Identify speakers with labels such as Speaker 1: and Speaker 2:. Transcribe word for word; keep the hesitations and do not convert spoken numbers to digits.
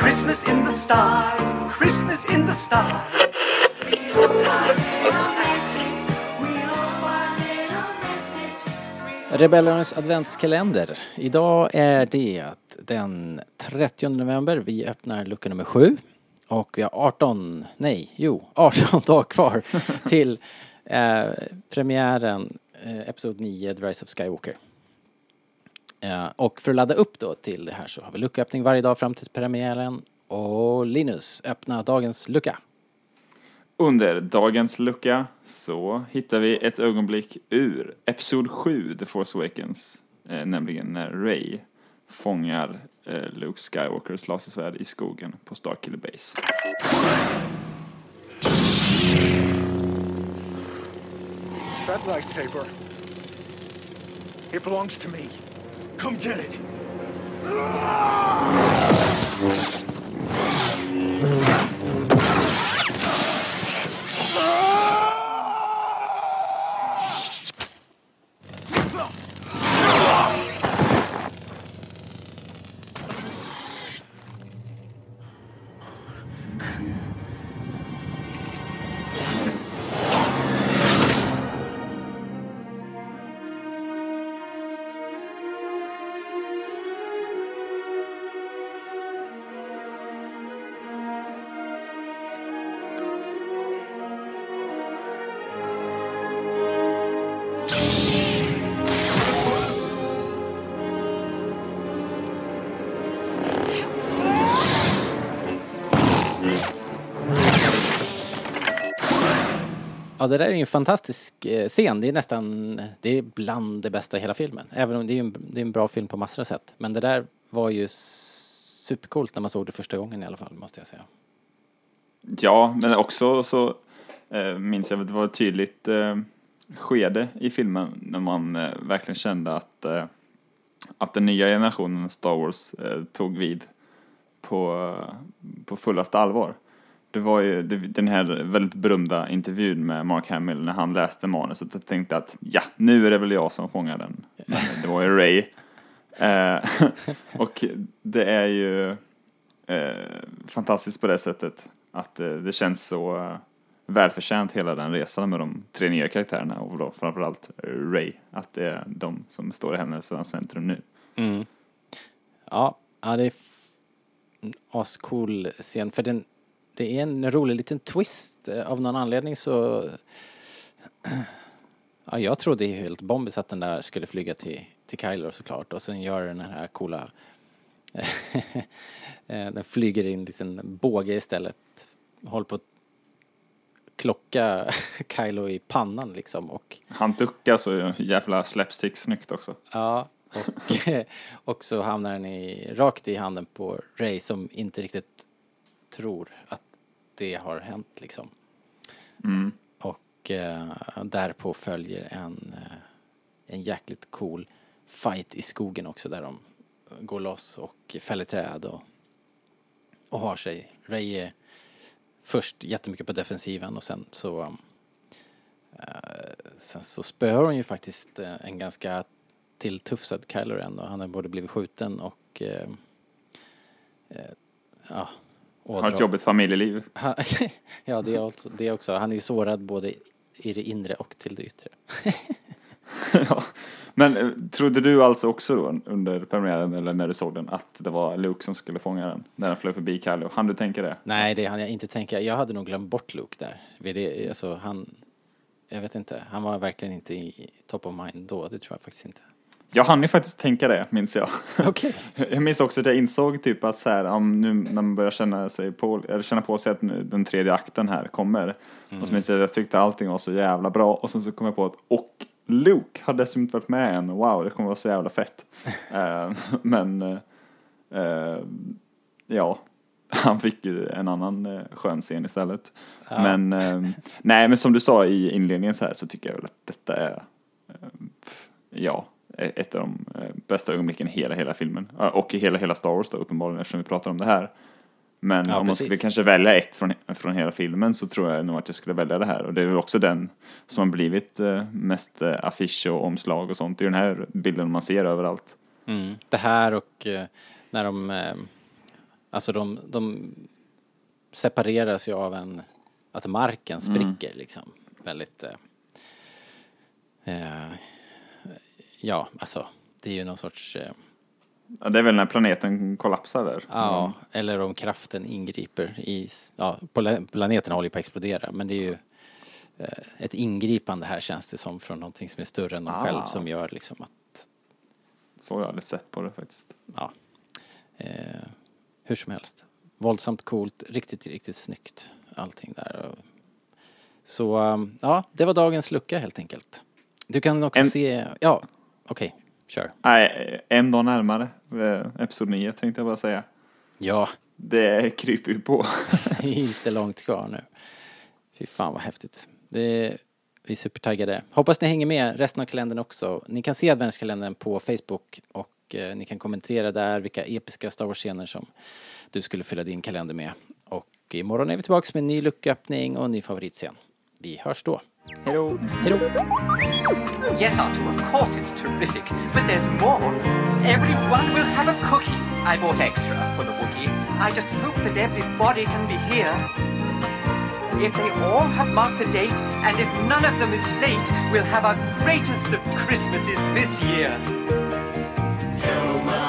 Speaker 1: Christmas in the stars, Christmas in the stars.
Speaker 2: Rebellernas adventskalender. Idag är det den trettionde november. Vi öppnar lucka nummer sju. Och vi har arton, nej, jo, arton dagar kvar till eh, premiären eh, episod nio, The Rise of Skywalker. Eh, och för att ladda upp då till det här så har vi lucköppning varje dag fram till premiären. Och Linus, öppna dagens lucka.
Speaker 3: Under dagens lucka så hittar vi ett ögonblick ur episod sju, The Force Awakens. Eh, nämligen när Rey fångar eh, Luke Skywalkers lasersvärd i skogen på Starkiller Base.
Speaker 4: That lightsaber, it belongs to me. Come get it.
Speaker 2: Ja, det där är ju en fantastisk eh, scen. Det är nästan, det är bland det bästa i hela filmen. Även om det är en, det är en bra film på massor av sätt. Men det där var ju supercoolt när man såg det första gången i alla fall, måste jag säga.
Speaker 3: Ja, men också så eh, minns jag att det var ett tydligt eh, skede i filmen när man eh, verkligen kände att, eh, att den nya generationen Star Wars eh, tog vid på, på fullaste allvar. Det var ju den här väldigt berömda intervjun med Mark Hamill när han läste manuset och tänkte att ja, nu är det väl jag som fångar den. Men det var ju Rey. Eh, och det är ju eh, fantastiskt på det sättet att eh, det känns så eh, välförtjänt hela den resan med de tre nya karaktärerna och då framförallt Rey. Att det är de som står i hennes centrum nu.
Speaker 2: Mm. Ja, ja, det är f- en ascool scen för den. Det är en rolig liten twist. Av någon anledning så... Ja, jag trodde ju helt bombis att den där skulle flyga till, till Kylo såklart. Och sen gör den här coola... den flyger in en liten båge istället. Håller på att klocka Kylo i pannan liksom. Och,
Speaker 3: han duckar så jävla slapstick snyggt också.
Speaker 2: ja, och, och så hamnar den i, rakt i handen på Rey som inte riktigt tror att det har hänt liksom.
Speaker 3: Mm.
Speaker 2: Och eh, därpå följer en, eh, en jäkligt cool fight i skogen också där de går loss och fäller träd och, och har sig. Rey är först jättemycket på defensiven och sen så eh, sen så spöar hon ju faktiskt eh, en ganska tilltufsad Kylo Ren och han har både blivit skjuten och eh, eh, ja
Speaker 3: har ett jobbigt familjeliv.
Speaker 2: Ja, det är, alltså, det är också. Han är sårad både i det inre och till det yttre.
Speaker 3: Ja. Men trodde du alltså också då under premiären eller när du såg den att det var Luke som skulle fånga den när den flög förbi Kylo? Han du tänka det?
Speaker 2: Nej, det hann jag inte tänka. Jag hade nog glömt bort Luke där. Det, alltså, han, jag vet inte. Han var verkligen inte i top of mind då. Det tror jag faktiskt inte.
Speaker 3: Jag hann ju faktiskt tänka det, minns jag.
Speaker 2: Okej.
Speaker 3: Okay. Jag minns också att jag insåg typ att så här, om nu när man börjar känna sig på eller känna på sig att den tredje akten här kommer. Mm. Och så minns jag att jag tyckte allting var så jävla bra och sen så kom jag på att och Luke hade dessutom varit med en. Wow, det kommer vara så jävla fett. uh, men uh, ja, han fick ju en annan uh, skön scen istället. Ja. Men uh, nej, men som du sa i inledningen så här så tycker jag väl att detta är uh, ja ett av de bästa ögonblicken i hela, hela filmen. Och i hela, hela Star Wars då, uppenbarligen, eftersom vi pratar om det här. Men ja, om man skulle kanske välja ett från, från hela filmen så tror jag nog att jag skulle välja det här. Och det är väl också den som har blivit mest affisch och omslag och sånt. Det är den här bilden man ser överallt.
Speaker 2: Mm. Det här och när de Alltså de, de separeras ju av en, att marken spricker mm. liksom. Väldigt, eh, eh, ja, alltså det är ju någon sorts... Eh,
Speaker 3: ja, det är väl när planeten kollapsar där.
Speaker 2: Ja,
Speaker 3: mm.
Speaker 2: eller om kraften ingriper i... Ja, planeten håller på att explodera, men det är ju eh, ett ingripande här känns det som från någonting som är större än de ah. själv som gör liksom att...
Speaker 3: Så har jag aldrig sett på det faktiskt.
Speaker 2: Ja. Eh, hur som helst. Våldsamt coolt, riktigt, riktigt snyggt allting där. Så, um, ja, det var dagens lucka helt enkelt. Du kan också en... se... Ja, okej, okay, kör.
Speaker 3: Nej, en dag närmare. Episod nio tänkte jag bara säga.
Speaker 2: Ja.
Speaker 3: Det kryper ju på.
Speaker 2: Inte långt kvar nu. Fy fan vad häftigt. Det, vi är supertaggade. Hoppas ni hänger med resten av kalendern också. Ni kan se adventskalendern på Facebook och eh, ni kan kommentera där vilka episka Star Wars-scener som du skulle fylla din kalender med. Och imorgon är vi tillbaka med en ny lucköppning och en ny favoritscen. Vi hörs då. Hej då. Hej då.
Speaker 1: Yes, Arthur, of course it's terrific, but there's more. Everyone will have a cookie. I bought extra for the Wookiee. I just hope that everybody can be here. If they all have marked the date, and if none of them is late, we'll have our greatest of Christmases this year. So much.